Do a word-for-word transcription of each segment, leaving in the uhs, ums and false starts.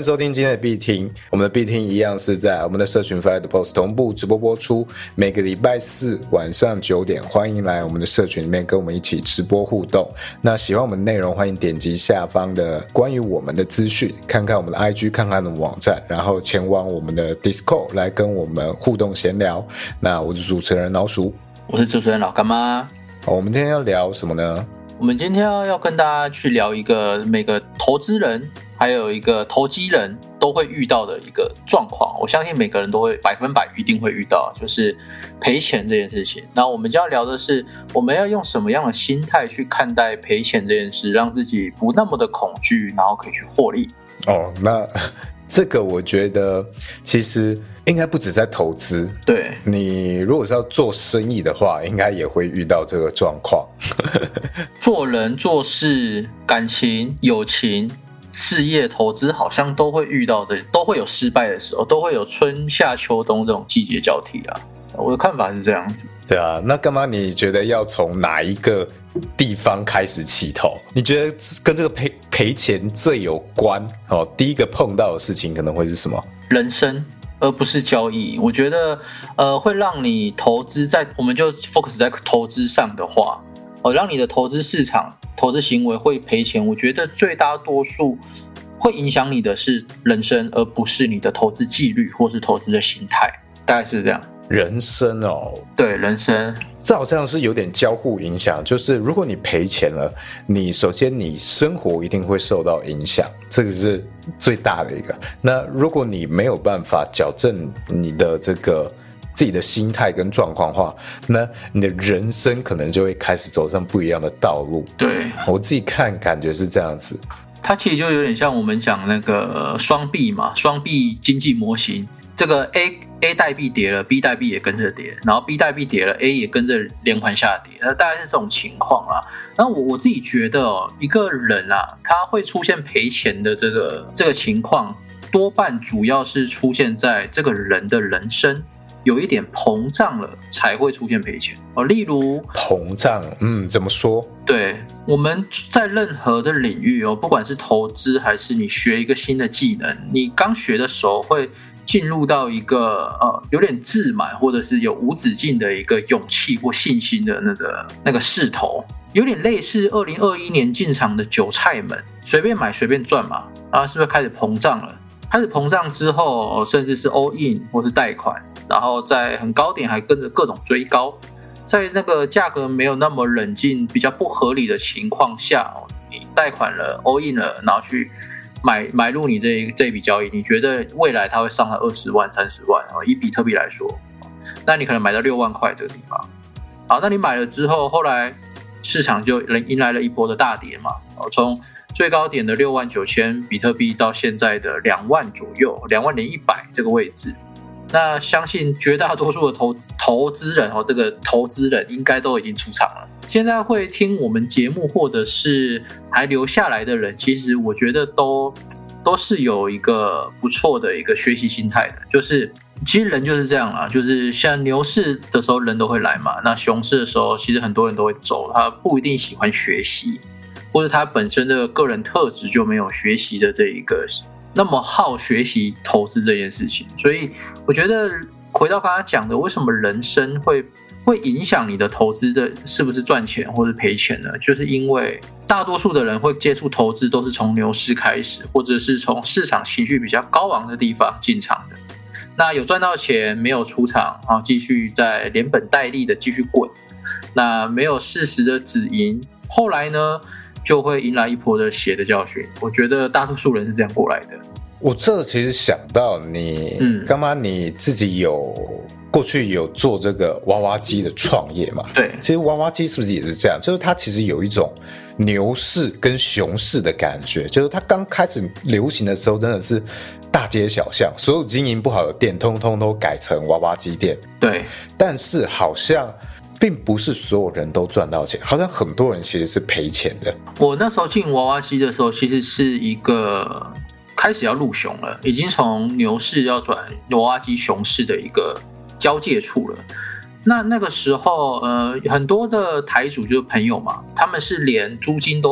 欢迎收听今天的必听，我们的必听一样是在我们的社群 Flight Post 同步直播播出，每个礼拜四晚上九点，欢迎来我们的社群里面跟我们一起直播互动。那喜欢我们的内容，欢迎点击下方的关于我们的资讯，看看我们的 I G， 看看我们的网站，然后前往我们的 Discord 来跟我们互动闲聊。那我是主持人老鼠， 我是主持人老干妈。 好，我们今天要聊什么呢？ 我们今天要要跟大家去聊一个每个投资人还有一个投机人都会遇到的一个状况，我相信每个人都会百分百一定会遇到，就是赔钱这件事情。那我们就要聊的是，我们要用什么样的心态去看待赔钱这件事，让自己不那么的恐惧，然后可以去获利。 哦，那这个我觉得其实应该不止在投资， 对， 你如果是要做生意的话，应该也会遇到这个状况。 做人做事、感情、友情、事业、投资，好像都会遇到的，都会有失败的时候，都会有春夏秋冬这种季节交替啊。我的看法是这样子。 对啊，那干嘛你觉得要从哪一个地方开始起头？你觉得跟这个赔赔钱最有关哦？第一个碰到的事情可能会是什么？ 人生。而不是交易，我觉得，呃，会让你投资在，我们就 focus 在投资上的话，哦，让你的投资市场、投资行为会赔钱。我觉得最大多数会影响你的是人生，而不是你的投资纪律或是投资的心态，大概是这样。 人生哦， 对，人生。 这好像是有点交互影响，就是如果你赔钱了，你首先你生活一定会受到影响，这个是最大的一个。那如果你没有办法矫正你的这个自己的心态跟状况的话，那你的人生可能就会开始走上不一样的道路。 对， 我自己看感觉是这样子。 它其实就有点像我们讲那个双币嘛，双币经济模型。这个 A A 代币跌了 ，B 代币也跟着跌，然后 B 代币跌了 ，A 也跟着连环下跌，那大概是这种情况啦。那我我自己觉得哦，一个人啊，他会出现赔钱的这个这个情况，多半主要是出现在这个人的人生有一点膨胀了，才会出现赔钱哦。例如膨胀，嗯，怎么说？ 对，我们在任何的领域哦，不管是投资还是你学一个新的技能，你刚学的时候会进入到一个呃有点自满，或者是有无止境的一个勇气或信心的那个那个势头，有点类似二零二一年进场的韭菜们，随便买随便赚嘛，然后是不是开始膨胀了？开始膨胀之后，甚至是 all in 或是贷款，然后在很高点还跟着各种追高，在那个价格没有那么冷静、比较不合理的情况下，你贷款了 all in 了，然后去买买入你这一这一笔交易，你觉得未来它会上到二十万、三十万？以比特币来说，那你可能买到六万块这个地方。好，那你买了之后，后来市场就迎来了一波的大跌嘛。从最高点的六万九千比特币到现在的两万左右，两万零一百这个位置。那相信绝大多数的投投资人哦，这个投资人应该都已经出场了。现在会听我们节目或者是还留下来的人，其实我觉得都都是有一个不错的一个学习心态的。就是其实人就是这样啦，就是像牛市的时候人都会来嘛，那熊市的时候其实很多人都会走，他不一定喜欢学习，或者他本身的个人特质就没有学习的这一个那么好学习投资这件事情。所以我觉得回到刚刚讲的，为什么人生会会影响你的投资的是不是赚钱或是赔钱呢？就是因为大多数的人会接触投资都是从牛市开始，或者是从市场情绪比较高昂的地方进场的。那有赚到钱没有出场啊，继续在连本带利的继续滚，那没有适时的止盈，后来呢就会迎来一波的血的教训。我觉得大多数人是这样过来的。 我这其实想到你，嗯，干嘛你自己有过去有做这个娃娃机的创业嘛？ 对， 其实娃娃机是不是也是这样？就是它其实有一种牛市跟熊市的感觉，就是它刚开始流行的时候真的是大街小巷，所有经营不好的店通通都改成娃娃机店。 对， 但是好像并不是所有人都赚到钱，好像很多人其实是赔钱的。 我那时候进娃娃机的时候，其实是一个开始要入熊了，已经从牛市要转娃娃机熊市的一个交界处了。那那个时候，呃，很多的台主就是朋友嘛，他们是连租金都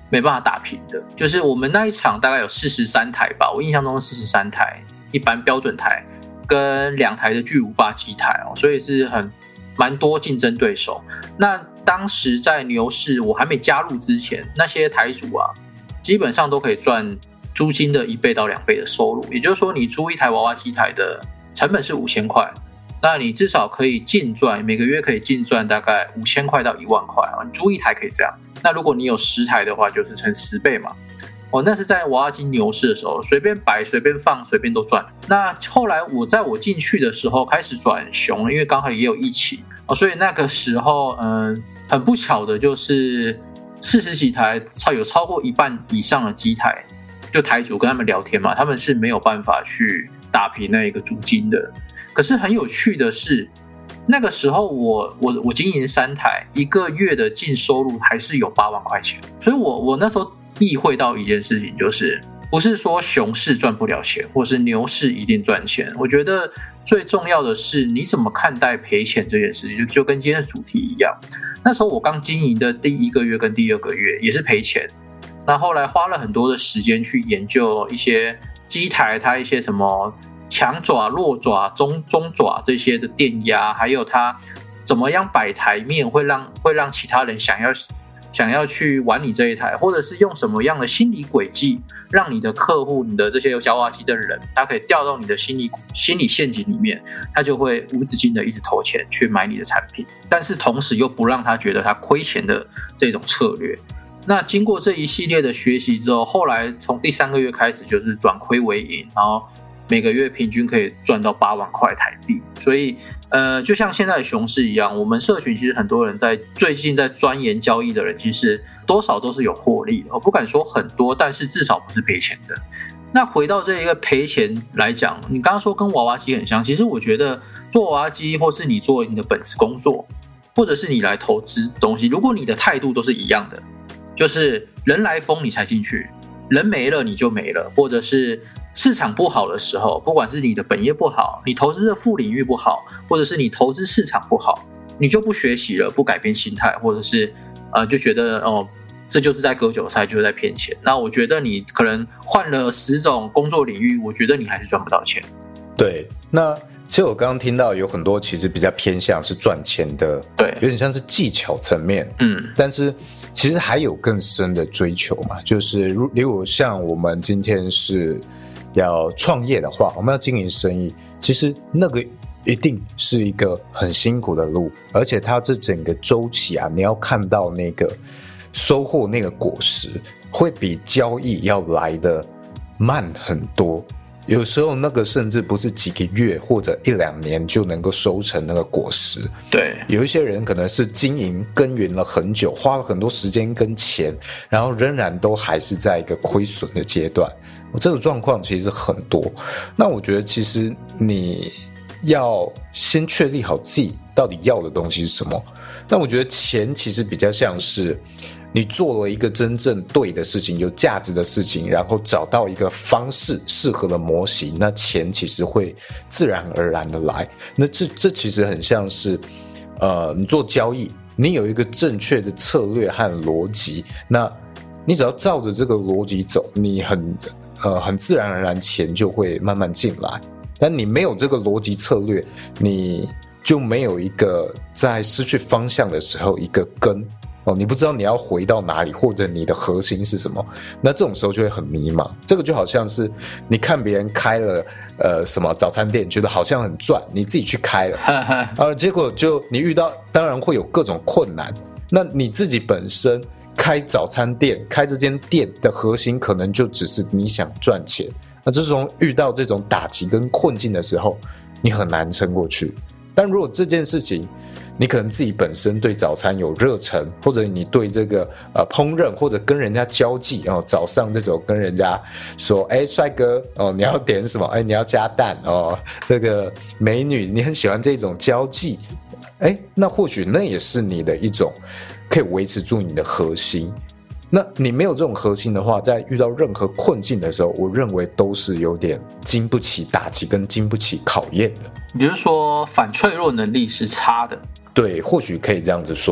没办法打平的。就是我们那一场大概有四十三台吧，我印象中四十三台一般标准台跟两台的巨无霸机台哦，所以是很蛮多竞争对手。那当时在牛市我还没加入之前，那些台主啊基本上都可以赚租金的一倍到两倍的收入，也就是说你租一台娃娃机台的成本是五千块，那你至少可以净赚，每个月可以净赚大概五千块到一万块啊，你租一台可以这样。那如果你有十台的话，就是乘十倍嘛。哦，那是在娃娃机牛市的时候，随便摆、随便放、随便都赚。那后来我在我进去的时候开始转熊，因为刚好也有疫情哦，所以那个时候，嗯，很不巧的就是四十几台，超有超过一半以上的机台，就台主跟他们聊天嘛，他们是没有办法去打平那一个租金的。可是很有趣的是，那个时候我我我经营三台，一个月的净收入还是有八万块钱，所以我我那时候意会到一件事情，就是不是说熊市赚不了钱，或是牛市一定赚钱。我觉得最重要的是你怎么看待赔钱这件事情，就就跟今天的主题一样。那时候我刚经营的第一个月跟第二个月也是赔钱，那后来花了很多的时间去研究一些机台，它一些什么强爪、弱爪、中中爪这些的电压，还有它怎么样摆台面会让会让其他人想要想要去玩你这一台，或者是用什么样的心理轨迹，让你的客户、你的这些有娃娃机的人，他可以掉到你的心理心理陷阱里面，他就会无止境的一直投钱去买你的产品，但是同时又不让他觉得他亏钱的这种策略。那经过这一系列的学习之后，后来从第三个月开始就是转亏为盈，然后每个月平均可以赚到八万块台币。所以呃，就像现在的熊市一样，我们社群其实很多人在最近在钻研交易的人，其实多少都是有获利的，我不敢说很多，但是至少不是赔钱的。那回到这一个赔钱来讲，你刚刚说跟娃娃机很像，其实我觉得做娃娃机或是你做你的本职工作，或者是你来投资东西，如果你的态度都是一样的，就是人来疯你才进去，人没了你就没了，或者是市场不好的时候，不管是你的本业不好，你投资的副领域不好，或者是你投资市场不好，你就不学习了，不改变心态，或者是呃就觉得哦这就是在割韭菜，就是在骗钱。那我觉得你可能换了十种工作领域，我觉得你还是赚不到钱。 对，那其实我刚刚听到有很多其实比较偏向是赚钱的， 对， 有点像是技巧层面， 嗯， 但是其实还有更深的追求嘛，就是如例如像我们今天是要创业的话，我们要经营生意，其实那个一定是一个很辛苦的路，而且它这整个周期啊，你要看到那个收获那个果实，会比交易要来的慢很多。有时候那个甚至不是几个月或者一两年就能够收成那个果实。 对， 有一些人可能是经营耕耘了很久，花了很多时间跟钱，然后仍然都还是在一个亏损的阶段。这个状况其实很多。那我觉得其实你要先确立好自己到底要的东西是什么。那我觉得钱其实比较像是你做了一个真正对的事情，有价值的事情，然后找到一个方式适合的模型，那钱其实会自然而然的来。那这这其实很像是呃，你做交易，你有一个正确的策略和逻辑，那你只要照着这个逻辑走，你很呃很自然而然钱就会慢慢进来。但你没有这个逻辑策略，你就没有一个在失去方向的时候一个根哦，你不知道你要回到哪里，或者你的核心是什么，那这种时候就会很迷茫。这个就好像是你看别人开了呃什么早餐店，觉得好像很赚，你自己去开了，而结果就你遇到当然会有各种困难。那你自己本身开早餐店，开这间店的核心可能就只是你想赚钱。那这种遇到这种打击跟困境的时候，你很难撑过去。但如果这件事情你可能自己本身对早餐有热忱，或者你对这个呃烹饪或者跟人家交际哦，早上这种跟人家说，哎，帅哥哦，你要点什么？哎，你要加蛋哦，这个美女，你很喜欢这种交际，哎，那或许那也是你的一种可以维持住你的核心。那你没有这种核心的话，在遇到任何困境的时候，我认为都是有点经不起打击跟经不起考验的。 也就是说反脆弱能力是差的。 对，或许可以这样子说。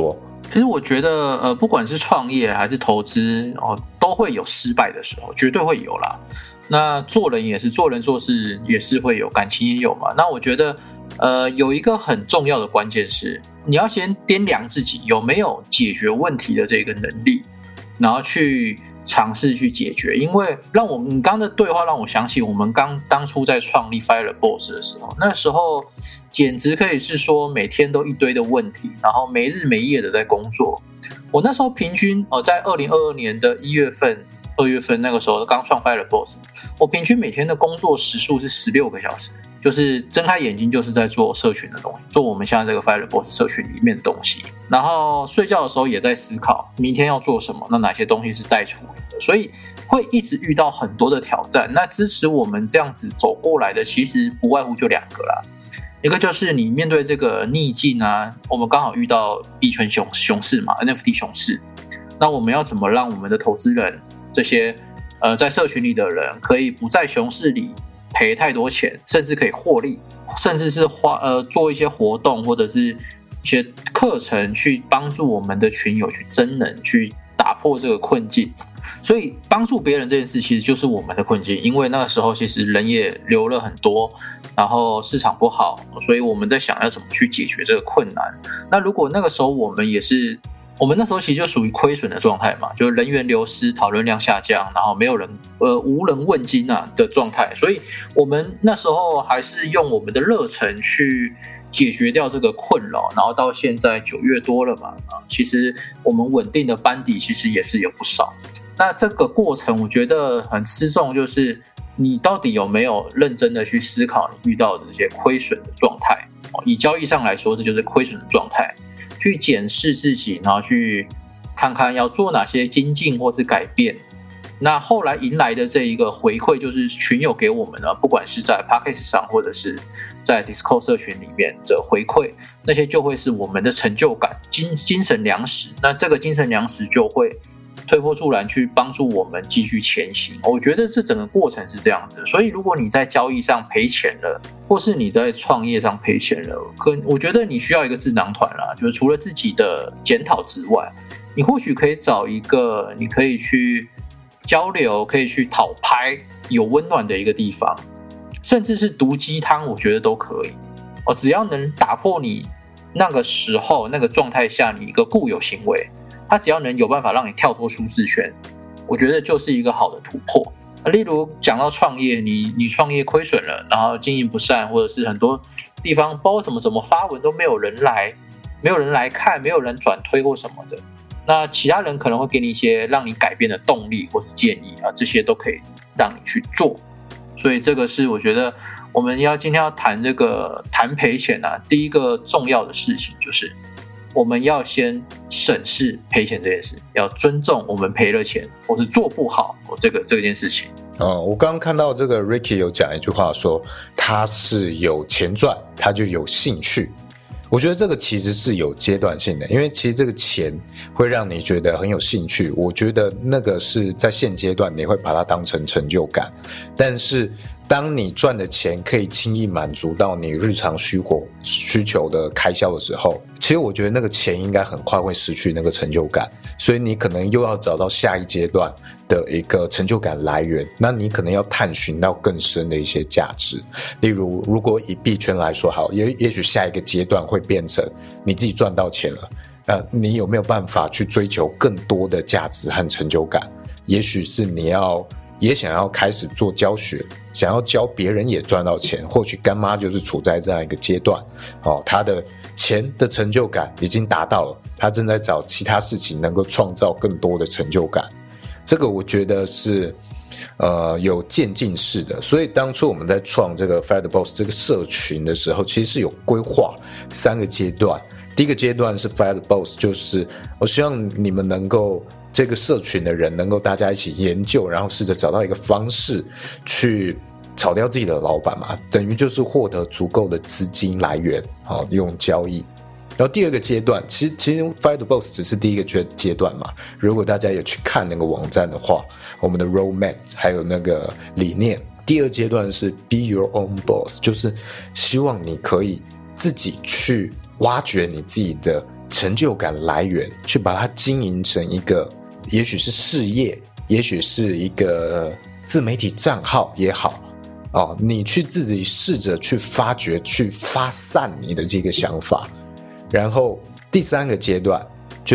其实我觉得，呃，不管是创业还是投资哦，都会有失败的时候，绝对会有啦。那做人也是，做人做事也是会有，感情也有嘛。那我觉得，呃，有一个很重要的关键是，你要先掂量自己有没有解决问题的这个能力，然后去尝试去解决。因为让我你刚刚的对话让我想起我们刚当初在创立 Fire the Boss 的时候，那时候简直可以是说每天都一堆的问题，然后没日没夜的在工作。我那时候平均呃，在二零二二年的一月份、二月份那个时候刚创 Fire the Boss， 我平均每天的工作时数是十六个小时，就是睁开眼睛就是在做社群的东西，做我们现在这个 Fire the Boss 社群里面的东西。然后睡觉的时候也在思考明天要做什么，那哪些东西是待处理的，所以会一直遇到很多的挑战。那支持我们这样子走过来的，其实不外乎就两个啦。一个就是你面对这个逆境啊，我们刚好遇到币圈熊熊市嘛 ，N F T 熊市，那我们要怎么让我们的投资人这些呃在社群里的人可以不在熊市里赔太多钱，甚至可以获利，甚至是花呃做一些活动或者是一些课程去帮助我们的群友去增能，去打破这个困境。所以帮助别人这件事其实就是我们的困境，因为那个时候其实人也流了很多，然后市场不好，所以我们在想要怎么去解决这个困难。那如果那个时候我们也是我们那时候其实就属于亏损的状态嘛，就是人员流失，讨论量下降，然后没有人呃无人问津啊的状态，所以我们那时候还是用我们的热忱去解决掉这个困扰，然后到现在九月多了嘛，啊，其实我们稳定的班底其实也是有不少。那这个过程我觉得很吃重，就是你到底有没有认真的去思考你遇到的这些亏损的状态，以交易上来说，这就是亏损的状态。去检视自己，然后去看看要做哪些精进或是改变。那后来迎来的这一个回馈，就是群友给我们的，不管是在 Podcast 上或者是在 Discord 社群里面的回馈，那些就会是我们的成就感、精精神粮食。那这个精神粮食就会推波助澜，去帮助我们继续前行。我觉得这整个过程是这样子。所以如果你在交易上赔钱了，或是你在创业上赔钱了，可我觉得你需要一个智囊团啦，就是除了自己的检讨之外，你或许可以找一个你可以去交流、可以去讨拍、有温暖的一个地方，甚至是毒鸡汤，我觉得都可以。哦，只要能打破你那个时候那个状态下你一个固有行为，它只要能有办法让你跳脱舒适圈，我觉得就是一个好的突破。例如讲到创业，你你创业亏损了，然后经营不善，或者是很多地方不知道怎么怎么发文都没有人来，没有人来看，没有人转推或什么的，那其他人可能会给你一些让你改变的动力或是建议啊，这些都可以让你去做。所以这个是我觉得我们要今天要谈这个谈赔钱啊，第一个重要的事情就是我们要先审视赔钱这件事，要尊重我们赔了钱或是做不好这个这件事情。 哦，我刚刚看到这个 Ricky 有讲一句话说，他是有钱赚，他就有兴趣。我觉得这个其实是有阶段性的，因为其实这个钱会让你觉得很有兴趣，我觉得那个是在现阶段你会把它当成成就感，但是当你赚的钱可以轻易满足到你日常需活需求的开销的时候，其实我觉得那个钱应该很快会失去那个成就感，所以你可能又要找到下一阶段的一个成就感来源，那你可能要探寻到更深的一些价值。例如如果以币圈来说好，也也许下一个阶段会变成你自己赚到钱了，呃，你有没有办法去追求更多的价值和成就感？也许是你要也想要开始做教学，想要教别人也赚到钱，或许干妈就是处在这样一个阶段，哦，她的钱的成就感已经达到了，她正在找其他事情能够创造更多的成就感。这个我觉得是呃有渐进式的，所以当初我们在创这个 Fire the Boss 这个社群的时候，其实是有规划三个阶段。第一个阶段是 Fire the Boss， 就是我希望你们能够这个社群的人能够大家一起研究，然后试着找到一个方式去炒掉自己的老板嘛，等于就是获得足够的资金来源，好，用交易。然后第二个阶段，其实其实 Fire the Boss 只是第一个阶阶段嘛。如果大家有去看那个网站的话，我们的 roadmap 还有那个理念，第二阶段是 Be Your Own Boss， 就是希望你可以自己去挖掘你自己的成就感来源，去把它经营成一个，也许是事业，也许是一个自媒体账号也好，哦，你去自己试着去发掘，去发散你的这个想法。然后第三个阶段就是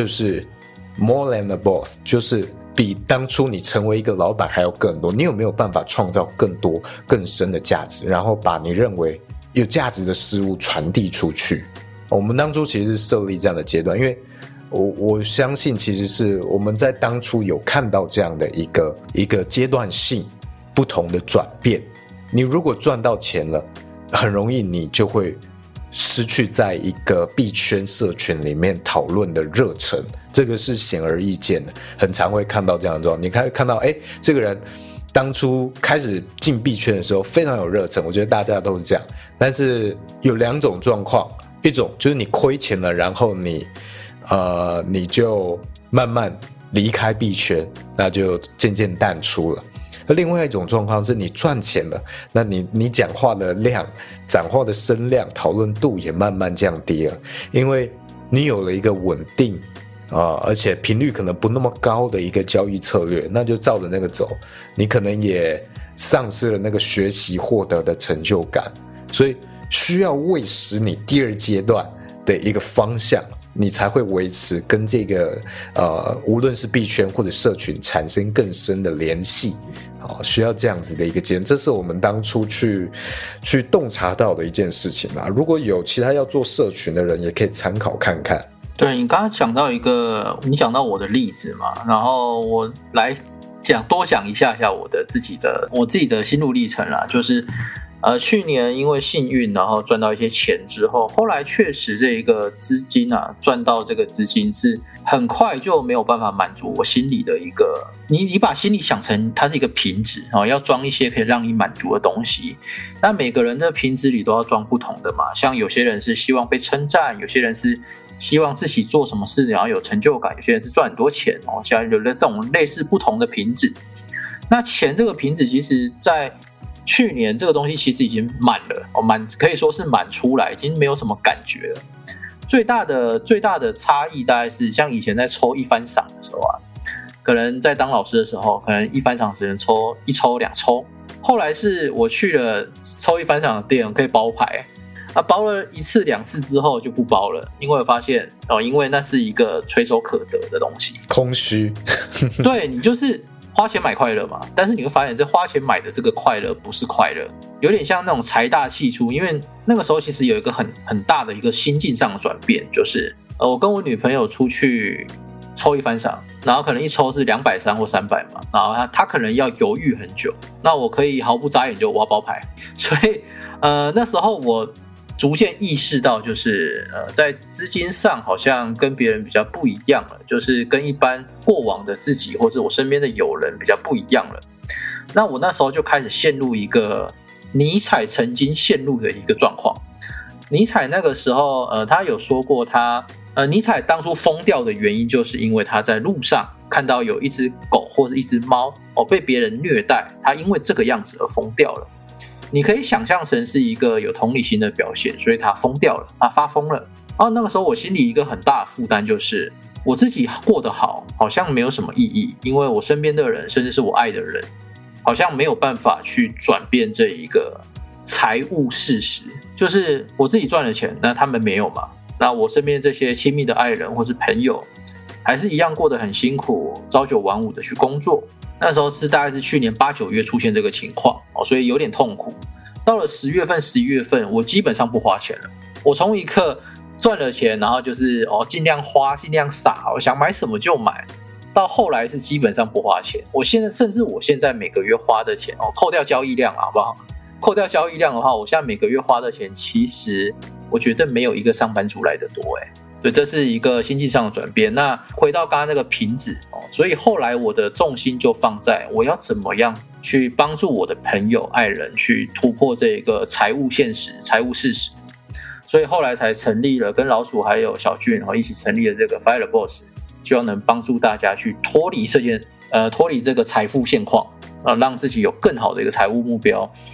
more than a boss， 就是比当初你成为一个老板还要更多，你有没有办法创造更多更深的价值，然后把你认为有价值的事物传递出去。我们当初其实是设立这样的阶段，因为我我相信其实是我们在当初有看到这样的一个一个阶段性不同的转变。你如果赚到钱了，很容易你就会失去在一个币圈社群里面讨论的热忱，这个是显而易见的，很常会看到这样的状况。你看看到，哎，这个人当初开始进币圈的时候非常有热忱，我觉得大家都是这样。但是有两种状况，一种就是你亏钱了，然后你呃你就慢慢离开币圈，那就渐渐淡出了。另外一种状况是你赚钱了，那你你讲话的量、讲话的声量、讨论度也慢慢降低了，因为你有了一个稳定啊、呃，而且频率可能不那么高的一个交易策略，那就照着那个走，你可能也丧失了那个学习获得的成就感，所以需要喂食你第二阶段的一个方向，你才会维持跟这个呃，无论是币圈或者社群产生更深的联系。好，需要这样子的一个阶段，这是我们当初去去洞察到的一件事情啦。如果有其他要做社群的人，也可以参考看看。 对，你刚刚讲到一个，你讲到我的例子嘛，然后我来讲多讲一下下我的自己的我自己的心路历程啦，就是。呃，去年因为幸运，然后赚到一些钱之后，后来确实这一个资金啊，赚到这个资金是很快就没有办法满足我心里的一个，你你把心里想成它是一个瓶子啊，要装一些可以让你满足的东西。那每个人的瓶子里都要装不同的嘛，像有些人是希望被称赞，有些人是希望自己做什么事然后有成就感，有些人是赚很多钱哦，像有了这种类似不同的瓶子。那钱这个瓶子，其实在去年这个东西其实已经满了，哦，满可以说是满出来，已经没有什么感觉了。最大的最大的差异大概是像以前在抽一番赏的时候啊，可能在当老师的时候，可能一番赏只能抽一抽两抽。后来是我去了抽一番赏的店，可以包牌，啊，包了一次两次之后就不包了，因为我发现哦，因为那是一个垂手可得的东西， 空虚。 对，你就是花钱买快乐嘛，但是你会发现这花钱买的这个快乐不是快乐，有点像那种财大气粗。因为那个时候其实有一个很很大的一个心境上的转变，就是呃，我跟我女朋友出去抽一番赏，然后可能一抽是两百三或三百嘛，然后她她可能要犹豫很久，那我可以毫不眨眼就我要包牌，所以呃那时候我逐渐意识到，就是呃，在资金上好像跟别人比较不一样了，就是跟一般过往的自己或者我身边的友人比较不一样了。那我那时候就开始陷入一个尼采曾经陷入的一个状况。尼采那个时候，呃，他有说过他，呃，尼采当初疯掉的原因，就是因为他在路上看到有一只狗或者一只猫哦被别人虐待，他因为这个样子而疯掉了。你可以想象成是一个有同理心的表现，所以他疯掉了，他发疯了。然后那个时候我心里一个很大的负担就是我自己过得好好像没有什么意义，因为我身边的人甚至是我爱的人好像没有办法去转变这一个财务事实，就是我自己赚了钱，那他们没有嘛，那我身边这些亲密的爱人或是朋友还是一样过得很辛苦，朝九晚五的去工作。那时候是大概是去年八九月出现这个情况，所以有点痛苦。到了十月份十一月份，我基本上不花钱了。我从一个赚了钱，然后就是哦尽量花尽量撒，我想买什么就买，到后来是基本上不花钱。我现在甚至我现在每个月花的钱哦，扣掉交易量好不好？扣掉交易量的话，我现在每个月花的钱，其实我觉得没有一个上班族来的多哎。对，这是一个心境上的转变。那回到刚刚那个瓶子哦，所以后来我的重心就放在我要怎么样去帮助我的朋友、爱人去突破这个财务现实、财务事实。所以后来才成立了，跟老鼠还有小俊一起成立了这个 Fire the Boss， 希望能帮助大家去脱离这件呃脱离这个财富现况，呃，让自己有更好的一个财务目标，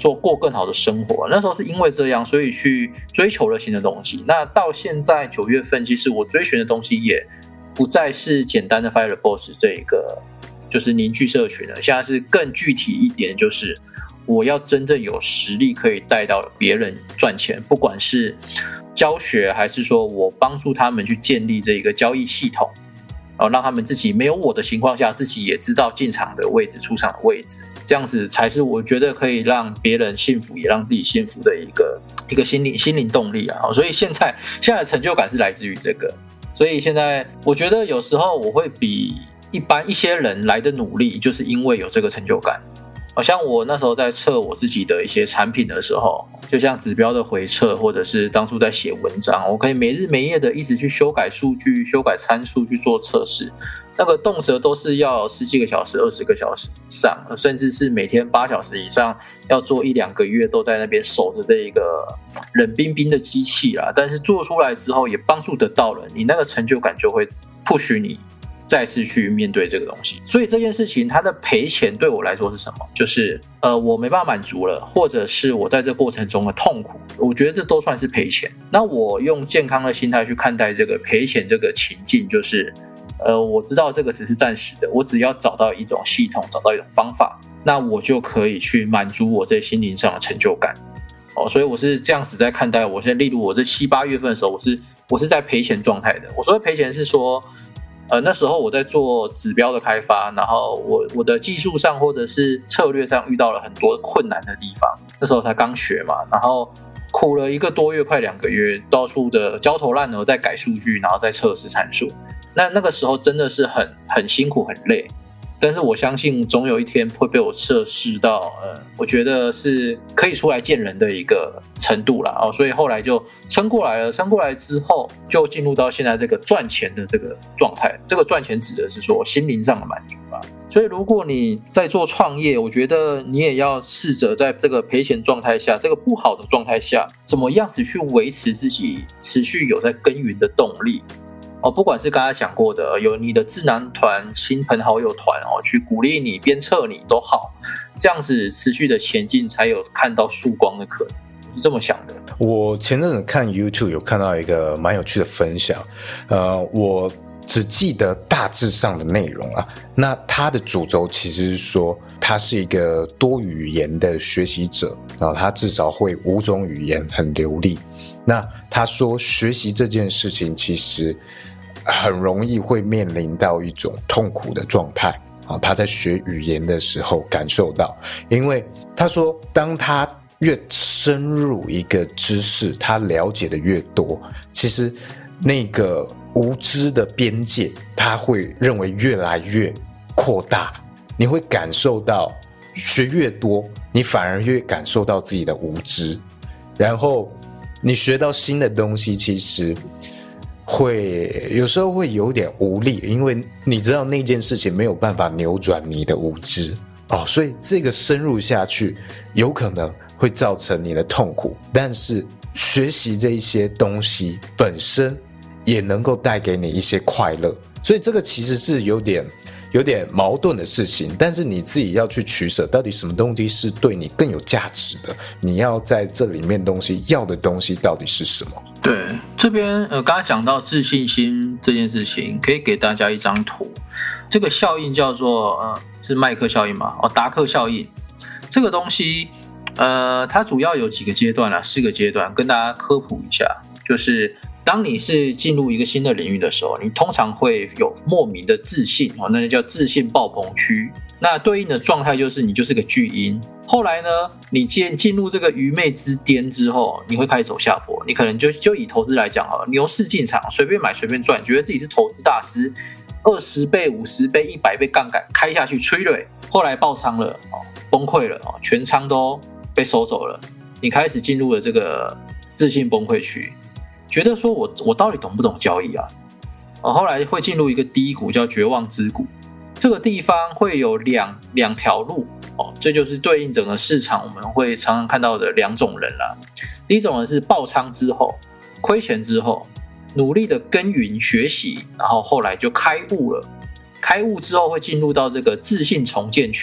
做过更好的生活。那时候是因为这样，所以去追求了新的东西。那到现在九月份，其实我追寻的东西也不再是简单的 Fire the Boss 这一个就是凝聚社群了，现在是更具体一点，就是我要真正有实力可以带到别人赚钱，不管是教学还是说我帮助他们去建立这个交易系统，然后让他们自己没有我的情况下，自己也知道进场的位置、出场的位置，这样子才是我觉得可以让别人幸福，也让自己幸福的一个一个心灵心灵动力啊。所以现在现在的成就感是来自于这个，所以现在我觉得有时候我会比一般一些人来的努力，就是因为有这个成就感。好像我那时候在测我自己的一些产品的时候，就像指标的回测，或者是当初在写文章，我可以每日每夜的一直去修改数据、修改参数去做测试，那个动辄都是要十几个小时、二十个小时以上，甚至是每天八小时以上，要做一两个月都在那边守着这一个冷冰冰的机器啦。但是做出来之后也帮助得到了，你那个成就感就会 push 你再次去面对这个东西。所以这件事情它的赔钱对我来说是什么？就是呃我没办法满足了，或者是我在这过程中的痛苦，我觉得这都算是赔钱。那我用健康的心态去看待这个赔钱这个情境，就是呃我知道这个只是暂时的，我只要找到一种系统，找到一种方法，那我就可以去满足我这心灵上的成就感。哦，所以我是这样子在看待我现在，例如我这七八月份的时候，我是我是在赔钱状态的。我所谓赔钱是说呃，那时候我在做指标的开发，然后我我的技术上或者是策略上遇到了很多困难的地方，那时候才刚学嘛，然后苦了一个多月，快两个月，到处的焦头烂额在改数据，然后再测试参数，那那个时候真的是很很辛苦很累，但是我相信总有一天会被我测试到，呃，我觉得是可以出来见人的一个程度啦，哦，所以后来就撑过来了。撑过来之后，就进入到现在这个赚钱的这个状态。这个赚钱指的是说心灵上的满足啦。所以如果你在做创业，我觉得你也要试着在这个赔钱状态下，这个不好的状态下，怎么样子去维持自己持续有在耕耘的动力。哦，不管是刚才讲过的，有你的智囊团、亲朋好友团哦，去鼓励你、鞭策你都好，这样子持续的前进，才有看到曙光的可能。我是这么想的。 我前阵子看 YouTube 有看到一个蛮有趣的分享，呃，我只记得大致上的内容啊。那它的主轴其实是说，他是一个多语言的学习者，然后他至少会五种语言很流利。那他说，学习这件事情其实很容易会面临到一种痛苦的状态啊，他在学语言的时候感受到，因为他说，当他越深入一个知识，他了解的越多，其实那个无知的边界，他会认为越来越扩大。你会感受到学越多，你反而越感受到自己的无知，然后你学到新的东西，其实会有时候会有点无力，因为你知道那件事情没有办法扭转你的无知哦，所以这个深入下去有可能会造成你的痛苦，但是学习这一些东西本身也能够带给你一些快乐，所以这个其实是有点有点矛盾的事情，但是你自己要去取舍，到底什么东西是对你更有价值的，你要在这里面东西要的东西到底是什么。 对，这边呃，刚才讲到自信心这件事情，可以给大家一张图，这个效应叫做呃，是麦克效应嘛？哦，达克效应。这个东西，呃，它主要有几个阶段啦，四个阶段，跟大家科普一下。就是当你是进入一个新的领域的时候，你通常会有莫名的自信哦，那就叫自信爆棚区。那对应的状态就是你就是个巨婴。后来呢，你进进入这个愚昧之巅之后，你会开始走下坡。你可能就就以投资来讲好了，牛市进场，随便买随便赚，觉得自己是投资大师，二十倍、五十倍、一百倍杠杆开下去吹了，后来爆仓了，崩溃了，全仓都被收走了。你开始进入了这个自信崩溃区，觉得说我我到底懂不懂交易啊？后来会进入一个低谷，叫绝望之谷。这个地方会有两两条路哦，这就是对应整个市场我们会常常看到的两种人啦。第一种人是爆仓之后、亏钱之后，努力的耕耘学习，然后后来就开悟了。开悟之后会进入到这个自信重建区，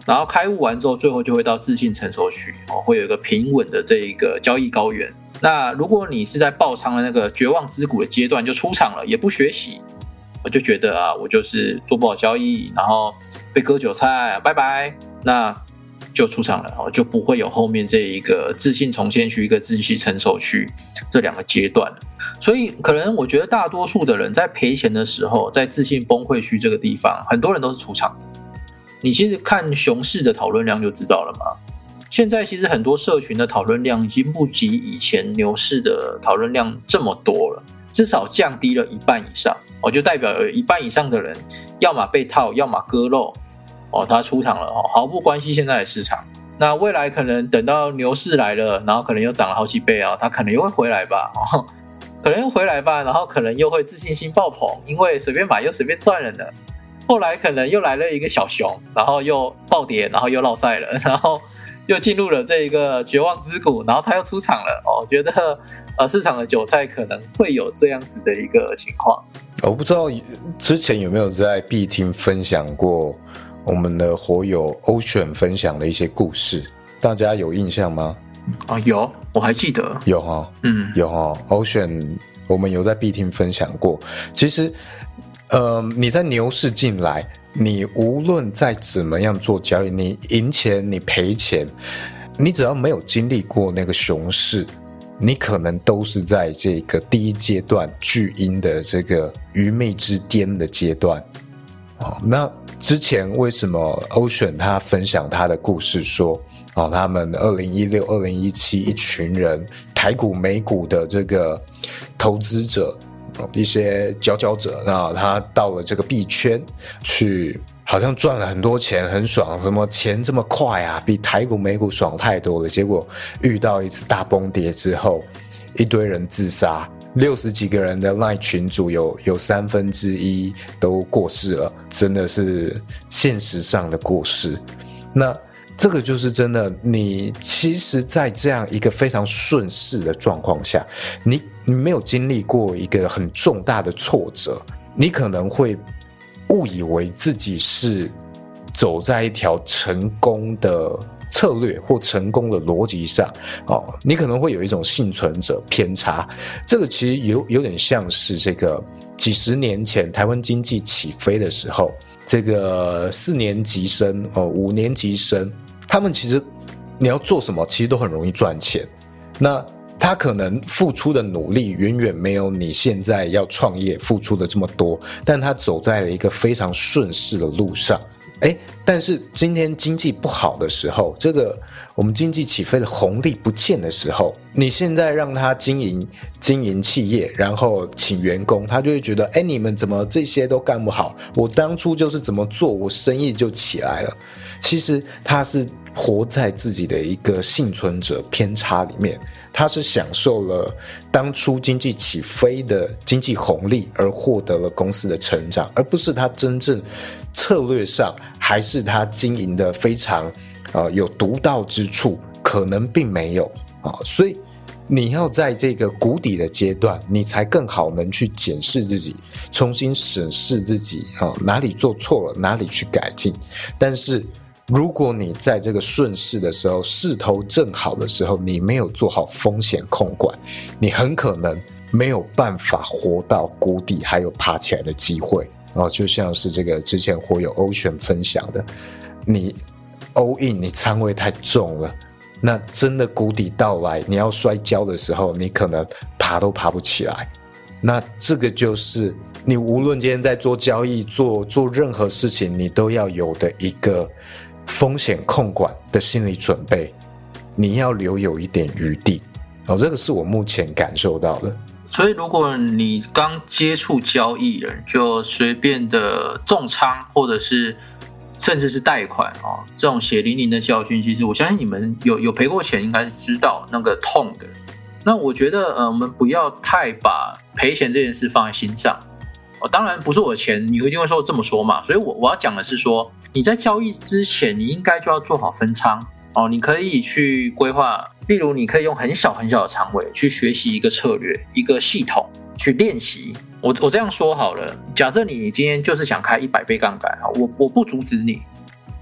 然后开户完之后，最后就会到自信成熟区，哦，会有一个平稳的这一个交易高原。那如果你是在爆仓的那个绝望之谷的阶段就出场了，也不学习，我就觉得啊，我就是做不好交易，然后被割韭菜，拜拜，那就出场了，就不会有后面这一个自信重现区跟自信成熟区这两个阶段了。所以可能我觉得大多数的人在赔钱的时候，在自信崩溃区这个地方，很多人都是出场。你其实看熊市的讨论量就知道了嘛。现在其实很多社群的讨论量已经不及以前牛市的讨论量这么多了，至少降低了一半以上，哦，就代表有一半以上的人要么被套，要么割肉，哦，他出场了，哦，毫不关心现在的市场。那未来可能等到牛市来了，然后可能又涨了好几倍啊，他可能又会回来吧，哦，可能又回来吧，然后可能又会自信心爆棚，因为随便买又随便赚了呢。后来可能又来了一个小熊，然后又暴跌，然后又落赛了，然后又进入了这一个绝望之谷，然后他又出场了。哦，我觉得呃市场的韭菜可能会有这样子的一个情况。 我不知道之前有没有在必听分享过我们的火友Ocean分享的一些故事，大家有印象吗？ 啊，有，我还记得有齁，嗯，有齁 Ocean 我们有在必听分享过。其实呃，你在牛市进来，你无论再怎么样做交易，你赢钱你赔钱，你只要没有经历过那个熊市，你可能都是在这个第一阶段巨婴的这个愚昧之巅的阶段。哦，那之前为什么 Ocean 他分享他的故事说，哦，他们二零一六、二零一七一群人台股美股的这个投资者，一些佼佼者，那他到了这个币圈去，好像赚了很多钱，很爽，什么钱这么快啊，比台股美股爽太多了。结果遇到一次大崩跌之后，一堆人自杀，六十几个人的 LINE 群组有有三分之一都过世了，真的是现实上的过世。那这个就是真的，你其实在这样一个非常顺势的状况下，你你没有经历过一个很重大的挫折，你可能会误以为自己是走在一条成功的策略或成功的逻辑上，哦，你可能会有一种幸存者偏差。这个其实有有点像是这个几十年前台湾经济起飞的时候，这个四年级生哦，五年级生，他们其实你要做什么，其实都很容易赚钱。那他可能付出的努力远远没有你现在要创业付出的这么多，但他走在了一个非常顺势的路上。诶，但是今天经济不好的时候，这个我们经济起飞的红利不见的时候，你现在让他经营经营企业，然后请员工，他就会觉得，诶，你们怎么这些都干不好？我当初就是怎么做，我生意就起来了。其实他是活在自己的一个幸存者偏差里面，他是享受了当初经济起飞的经济红利而获得了公司的成长，而不是他真正策略上还是他经营的非常呃有独到之处，可能并没有啊，所以你要在这个谷底的阶段，你才更好能去检视自己，重新审视自己啊，哪里做错了，哪里去改进。但是如果你在这个顺势的时候，势头正好的时候，你没有做好风险控管，你很可能没有办法活到谷底还有爬起来的机会。然后就像是这个之前火友 Ocean 分享的，你 all in 你仓位太重了，那真的谷底到来，你要摔跤的时候，你可能爬都爬不起来。那这个就是你无论今天在做交易，做做任何事情，你都要有的一个风险控管的心理准备，你要留有一点余地。哦，这个是我目前感受到的。 所以如果你刚接触交易人，就随便的重仓或者是甚至是贷款，哦，这种血淋淋的教训，其实我相信你们有有赔过钱，应该是知道那个痛的。那我觉得呃，我们不要太把赔钱这件事放在心上。哦，当然不是我的钱，你一定会说这么说嘛。所以我我要讲的是说，你在交易之前，你应该就要做好分仓。哦，你可以去规划，例如你可以用很小很小的仓位去学习一个策略、一个系统去练习。我我这样说好了，假设你今天就是想开一百倍杠杆，我我不阻止你，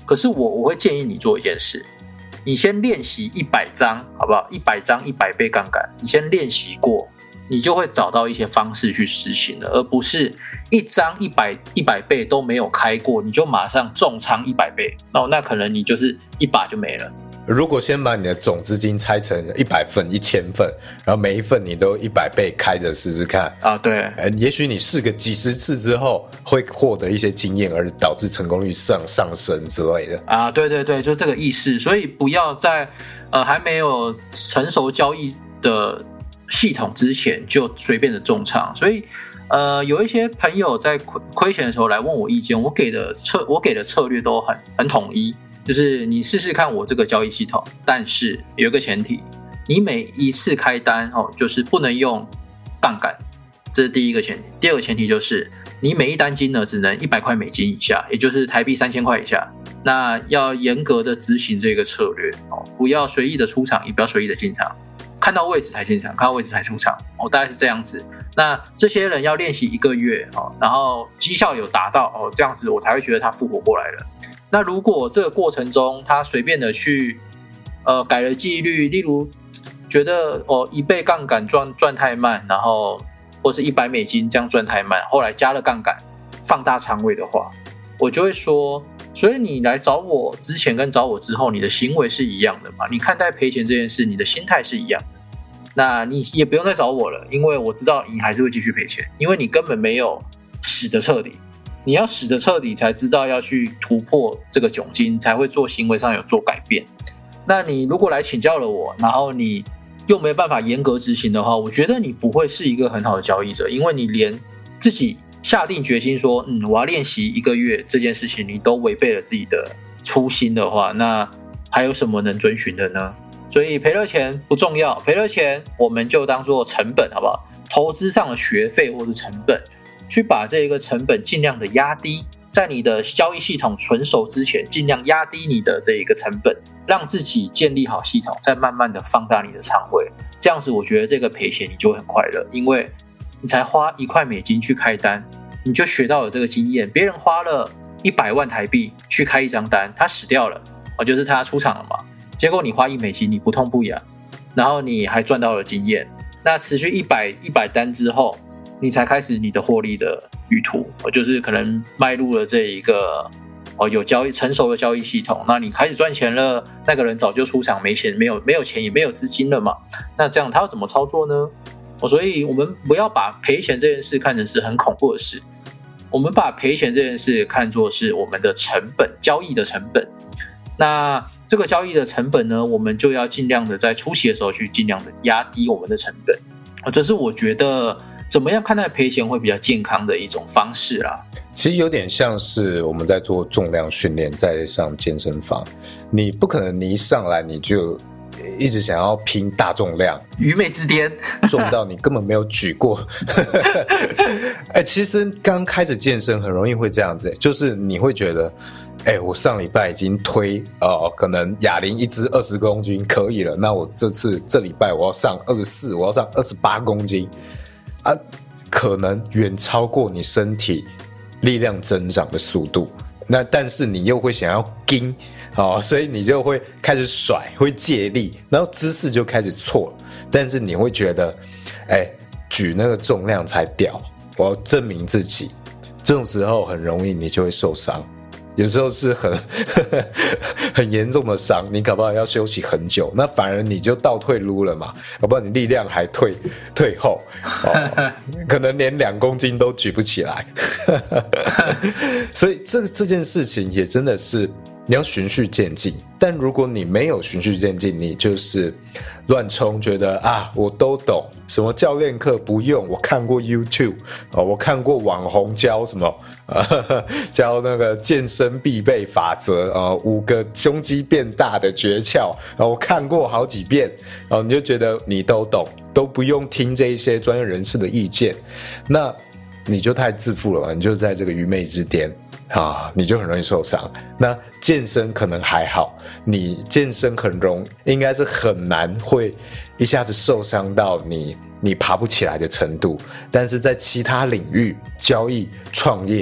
可是我我会建议你做一件事，你先练习一百张，好不好？一百张一百倍杠杆，你先练习过，你就会找到一些方式去实行了，而不是一张一百一百倍都没有开过，你就马上重仓一百倍，哦，那可能你就是一把就没了。 如果先把你的总资金拆成一百份、一千份，然后每一份你都一百倍开着试试看啊，对， 呃，也许你试个几十次之后，会获得一些经验，而导致成功率上上升之类的啊，对对对，就这个意思。所以不要在呃还没有成熟交易的系统之前就随便的重仓。所以呃，有一些朋友在亏亏钱的时候来问我意见，我给的策我给的策略都很很统一。就是你试试看我这个交易系统，但是有一个前提，你每一次开单哦，就是不能用杠杆，这是第一个前提。第二个前提就是你每一单金呢只能一百块美金以下，也就是台币三千块以下。那要严格的执行这个策略哦，不要随意的出场，也不要随意的进场，看到位置才进场，看到位置才出场哦，大概是这样子。那这些人要练习一个月哦，然后绩效有达到哦，这样子我才会觉得他复活过来了。那如果这个过程中他随便的去呃改了纪律，例如觉得哦一倍杠杆赚赚太慢，然后或是一百美金这样赚太慢，后来加了杠杆放大仓位的话，我就会说，所以你来找我之前跟找我之后，你的行为是一样的嘛？你看待赔钱这件事，你的心态是一样的。那你也不用再找我了，因为我知道你还是会继续赔钱，因为你根本没有死得彻底。你要死得彻底才知道要去突破这个窘境，才会做行为上有做改变。那你如果来请教了我，然后你又没办法严格执行的话，我觉得你不会是一个很好的交易者，因为你连自己下定决心说嗯我要练习一个月这件事情你都违背了自己的初心的话，那还有什么能遵循的呢？所以赔了钱不重要，赔了钱我们就当做成本，好不好？投资上的学费或是成本，去把这个成本尽量的压低，在你的交易系统纯熟之前，尽量压低你的这一个成本，让自己建立好系统，再慢慢的放大你的仓位。这样子，我觉得这个赔钱你就会很快乐，因为你才花一块美金去开单，你就学到了这个经验。别人花了一百万台币去开一张单，他死掉了，哦，就是他出场了嘛。结果你花一美金，你不痛不痒，然后你还赚到了经验。那持续一百一百单之后，你才开始你的获利的旅途，就是可能迈入了这一个哦有交易成熟的交易系统，那你开始赚钱了，那个人早就出场没钱，没有没有钱也没有资金了嘛，那这样他要怎么操作呢？哦，所以我们不要把赔钱这件事看成是很恐怖的事，我们把赔钱这件事看作是我们的成本，交易的成本。那这个交易的成本呢，我们就要尽量的在初期的时候去尽量的压低我们的成本，这是我觉得怎么样看待赔钱会比较健康的一种方式啦。 其实有点像是我们在做重量训练，在上健身房，你不可能你一上来你就一直想要拼大重量， 愚昧之巅， 重到你根本没有举过。哎、欸，其实刚开始健身很容易会这样子，就是你会觉得，哎、欸，我上礼拜已经推呃，可能哑铃一支二十公斤可以了，那我这次这礼拜我要上二十四，我要上二十八公斤啊，可能远超过你身体力量增长的速度。那但是你又会想要盯，哦，所以你就会开始甩，会借力，然后姿势就开始错了。但是你会觉得，哎，举那个重量才屌，我要证明自己。这种时候很容易你就会受伤，有时候是很很严重的伤，你搞不好要休息很久，那反而你就倒退撸了嘛，搞不好你力量还退退后，哦，可能连两公斤都举不起来。所以这这件事情也真的是你要循序渐进，但如果你没有循序渐进，你就是乱冲，觉得啊我都懂，什么教练课不用，我看过 YouTube，哦，我看过网红教什么，呃、教那个健身必备法则，呃、五个胸肌变大的诀窍，呃、我看过好几遍，呃、你就觉得你都懂，都不用听这一些专业人士的意见，那你就太自负了，你就在这个愚昧之巅啊，你就很容易受伤。那健身可能还好，你健身很容应该是很难会一下子受伤到你你爬不起来的程度，但是在其他领域交易创业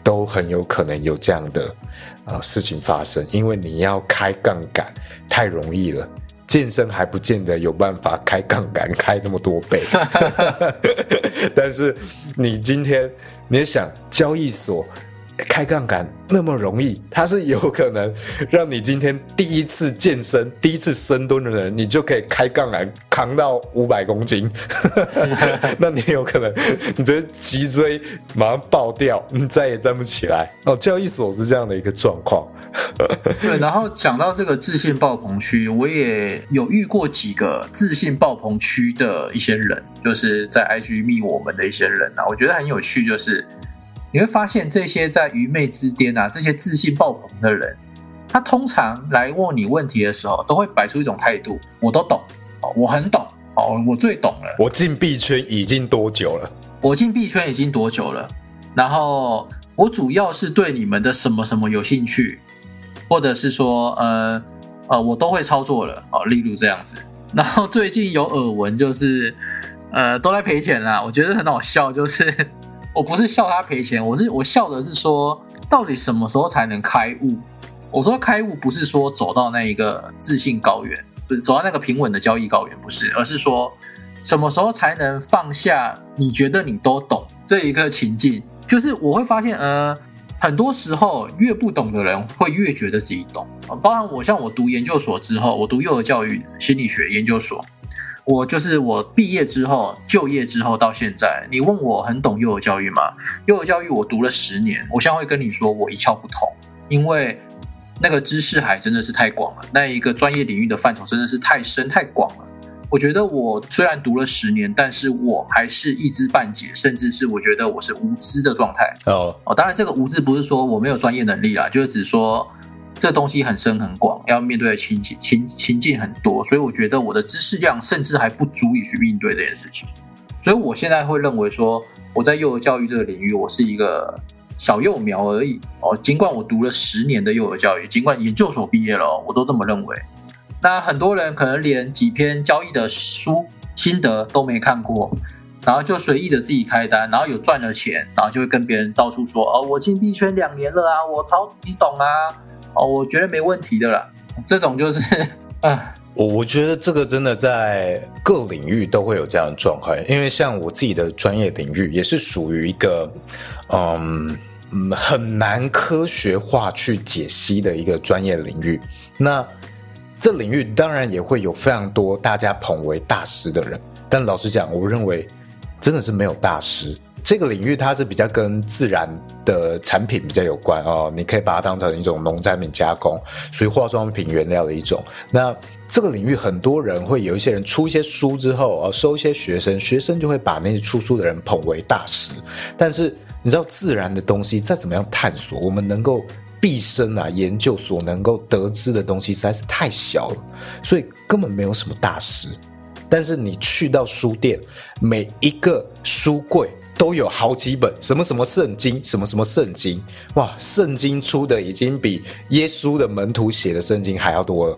都很有可能有这样的、呃、事情发生，因为你要开杠杆太容易了，健身还不见得有办法开杠杆开那么多倍但是你今天你想交易所开杠杆那么容易，它是有可能让你今天第一次健身第一次深蹲的人，你就可以开杠杆扛到五百公斤那你有可能你这脊椎马上爆掉，你再也站不起来哦。交易所是这样的一个状况对，然后讲到这个自信爆棚区，我也有遇过几个自信爆棚区的一些人，就是在 I G 密我们的一些人啊，我觉得很有趣，就是你会发现这些在愚昧之巅啊，这些自信爆棚的人，他通常来问你问题的时候，都会摆出一种态度，我都懂，我很懂，我最懂了。 我进币圈已经多久了？ 我进币圈已经多久了？然后我主要是对你们的什么什么有兴趣，或者是说，呃呃，我都会操作了，哦，例如这样子。然后最近有耳闻，就是呃，都在赔钱啦，我觉得很好笑，就是。我不是笑他赔钱，我是我笑的是说，到底什么时候才能开悟？我说开悟不是说走到那一个自信高原，不是走到那个平稳的交易高原，不是，而是说什么时候才能放下你觉得你都懂这一个情境？就是我会发现，呃，很多时候越不懂的人会越觉得自己懂。包含我，像我读研究所之后，我读幼儿教育心理学研究所。我就是我毕业之后就业之后到现在，你问我很懂幼儿教育吗？幼儿教育我读了十年，我现在会跟你说我一窍不通，因为那个知识海真的是太广了，那一个专业领域的范畴真的是太深太广了。我觉得我虽然读了十年，但是我还是一知半解，甚至是我觉得我是无知的状态。哦，哦，当然这个无知不是说我没有专业能力啦，就是只说这东西很深很广，要面对的情境情情境很多，所以我觉得我的知识量甚至还不足以去应对这件事情。所以我现在会认为说，我在幼儿教育这个领域，我是一个小幼苗而已哦。尽管我读了十年的幼儿教育，尽管研究所毕业了哦，我都这么认为。那很多人可能连几篇交易的书心得都没看过，然后就随意的自己开单，然后有赚了钱，然后就会跟别人到处说哦，我进币圈两年了啊，我超级懂啊。哦，我觉得没问题的啦，这种就是，啊， 我我觉得这个真的在各领域都会有这样的状况，因为像我自己的专业领域也是属于一个，嗯很难科学化去解析的一个专业领域。那这领域当然也会有非常多大家捧为大师的人，但老实讲，我认为真的是没有大师。这个领域它是比较跟自然的产品比较有关哦，你可以把它当成一种农产品加工，属于化妆品原料的一种。那这个领域很多人会有一些人出一些书之后啊，收一些学生，学生就会把那些出书的人捧为大师。但是你知道自然的东西再怎么样探索，我们能够毕生啊研究所能够得知的东西实在是太小了，所以根本没有什么大师。但是你去到书店，每一个书柜都有好几本什么什么圣经，什么什么圣经，哇，圣经出的已经比耶稣的门徒写的圣经还要多了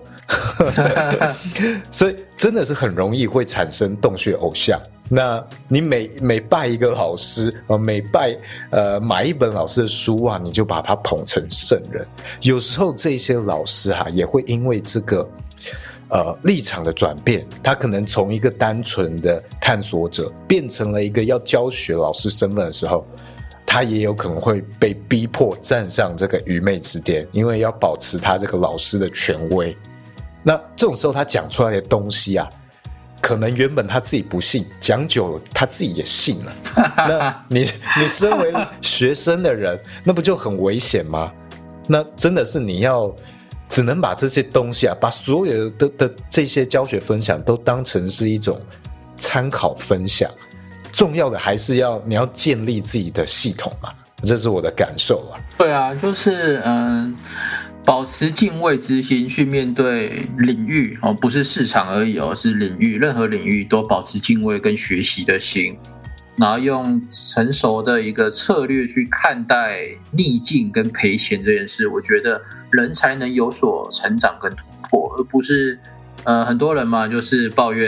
所以真的是很容易会产生洞穴偶像。那你每每拜一个老师，每拜呃买一本老师的书啊，你就把他捧成圣人。有时候这些老师啊，也会因为这个呃立场的转变，他可能从一个单纯的探索者变成了一个要教学老师身份的时候，他也有可能会被逼迫站上这个愚昧之巅，因为要保持他这个老师的权威。那这种时候他讲出来的东西啊，可能原本他自己不信，讲久了他自己也信了那你你身为学生的人，那不就很危险吗？那真的是你要只能把这些东西啊，把所有 的, 的这些教学分享都当成是一种参考分享，重要的还是要你要建立自己的系统嘛，这是我的感受啊。 对啊，就是嗯，保持敬畏之心去面对领域哦，不是市场而已哦，是领域，任何领域都保持敬畏跟学习的心，然后用成熟的一个策略去看待逆境跟赔钱这件事，我觉得人才能有所成长跟突破，而不是呃很多人嘛，就是抱怨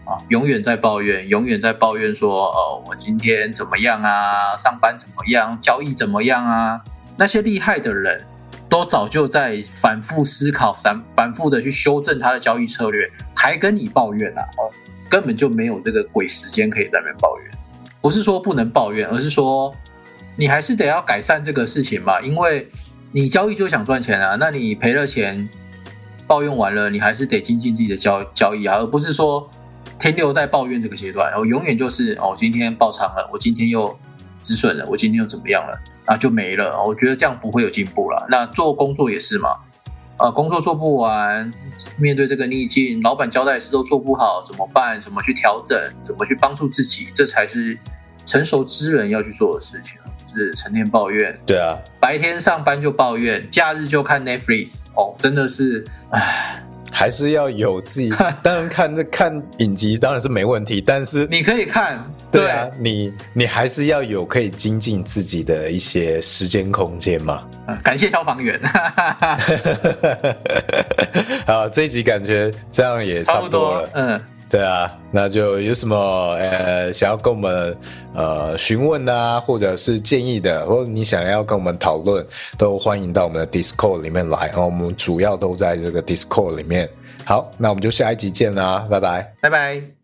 啊，永远在抱怨，永远在抱怨说，哦，我今天怎么样啊？上班怎么样？交易怎么样啊？那些厉害的人都早就在反复思考、反反复的去修正他的交易策略，还跟你抱怨啊？哦，根本就没有这个鬼时间可以在那边抱怨。不是说不能抱怨，而是说你还是得要改善这个事情嘛，因为你交易就想赚钱啊，那你赔了钱，抱怨完了，你还是得精进自己的交交易啊，而不是说停留在抱怨这个阶段，我永远就是哦，今天爆仓了，我今天又止损了，我今天又怎么样了，啊就没了。我觉得这样不会有进步了。那做工作也是嘛，呃，工作做不完，面对这个逆境，老板交代的事都做不好，怎么办？怎么去调整？怎么去帮助自己？这才是成熟之人要去做的事情。是成天抱怨， 对啊， 白天上班就抱怨，假日就看 Netflix， 哦，真的是，唉。 还是要有自己，当然看这看影集当然是没问题，但是你可以看， 对啊，对你你还是要有可以精进自己的一些时间空间嘛。 感谢消防员。 好，这一集感觉这样也差不多了， 嗯。 对啊，那就有什么呃想要跟我们呃询问啊，或者是建议的，或者你想要跟我们讨论，都欢迎到我们的 Discord 里面来，然后我们主要都在这个 Discord 里面。好，那我们就下一集见啦，拜拜， 拜拜。